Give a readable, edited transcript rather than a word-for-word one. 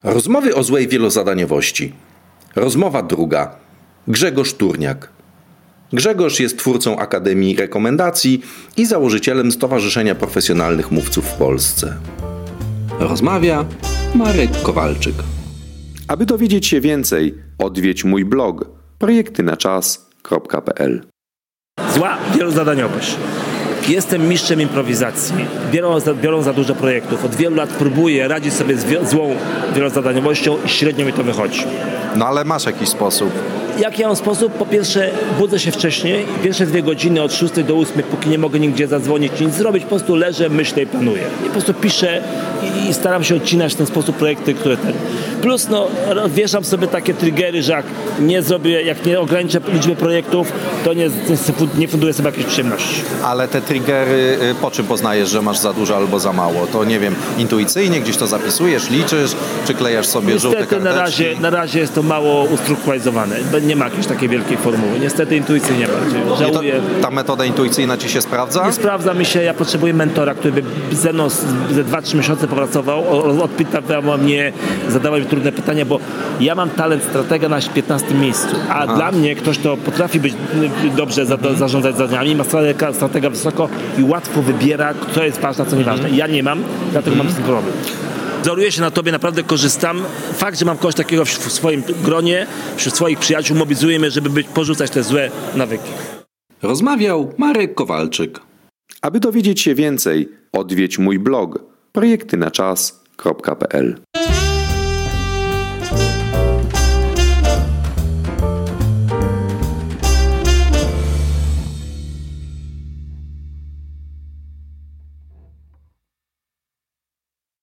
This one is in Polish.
Rozmowy o złej wielozadaniowości. Rozmowa druga. Grzegorz Turniak. Grzegorz jest twórcą Akademii Rekomendacji i założycielem Stowarzyszenia Profesjonalnych Mówców w Polsce. Rozmawia Marek Kowalczyk. Aby dowiedzieć się więcej, odwiedź mój blog projektynaczas.pl. Zła wielozadaniowość. Jestem mistrzem improwizacji. Biorą za dużo projektów. Od wielu lat próbuję radzić sobie z złą wielozadaniowością i średnio mi to wychodzi. No ale masz jakiś sposób. Jaki ja mam sposób? Po pierwsze, budzę się wcześniej. Pierwsze 2 godziny od 6 do 8, póki nie mogę nigdzie zadzwonić, nic zrobić, po prostu leżę, myślę i planuję. I po prostu piszę i staram się odcinać w ten sposób projekty, które Plus, wieszam sobie takie triggery, że jak nie ograniczę liczby projektów, to nie funduję sobie jakiejś przyjemności. Ale te triggery, po czym poznajesz, że masz za dużo albo za mało? To nie wiem, intuicyjnie gdzieś to zapisujesz, liczysz, czy klejasz sobie żółte karteczki? Na razie jest to mało ustrukturyzowane. Nie ma jakiejś takiej wielkiej formuły. Niestety intuicyjnie bardziej. Żałuję. Ta metoda intuicyjna ci się sprawdza? Nie sprawdza mi się. Ja potrzebuję mentora, który by ze mną ze 2-3 miesiące popracował, odpytał mnie, zadawał mi trudne pytania, bo ja mam talent stratega na 15 miejscu, a dla mnie ktoś, kto potrafi być dobrze zarządzać zadaniami, ma stratega wysoko i łatwo wybiera, co jest ważne, a co nieważne. Ja nie mam, dlatego mam z tym problem. Wzoruję się na tobie, naprawdę korzystam. Fakt, że mam kogoś takiego w swoim gronie, wśród swoich przyjaciół, mobilizuje mnie, żeby porzucać te złe nawyki. Rozmawiał Marek Kowalczyk. Aby dowiedzieć się więcej, odwiedź mój blog projektynaczas.pl.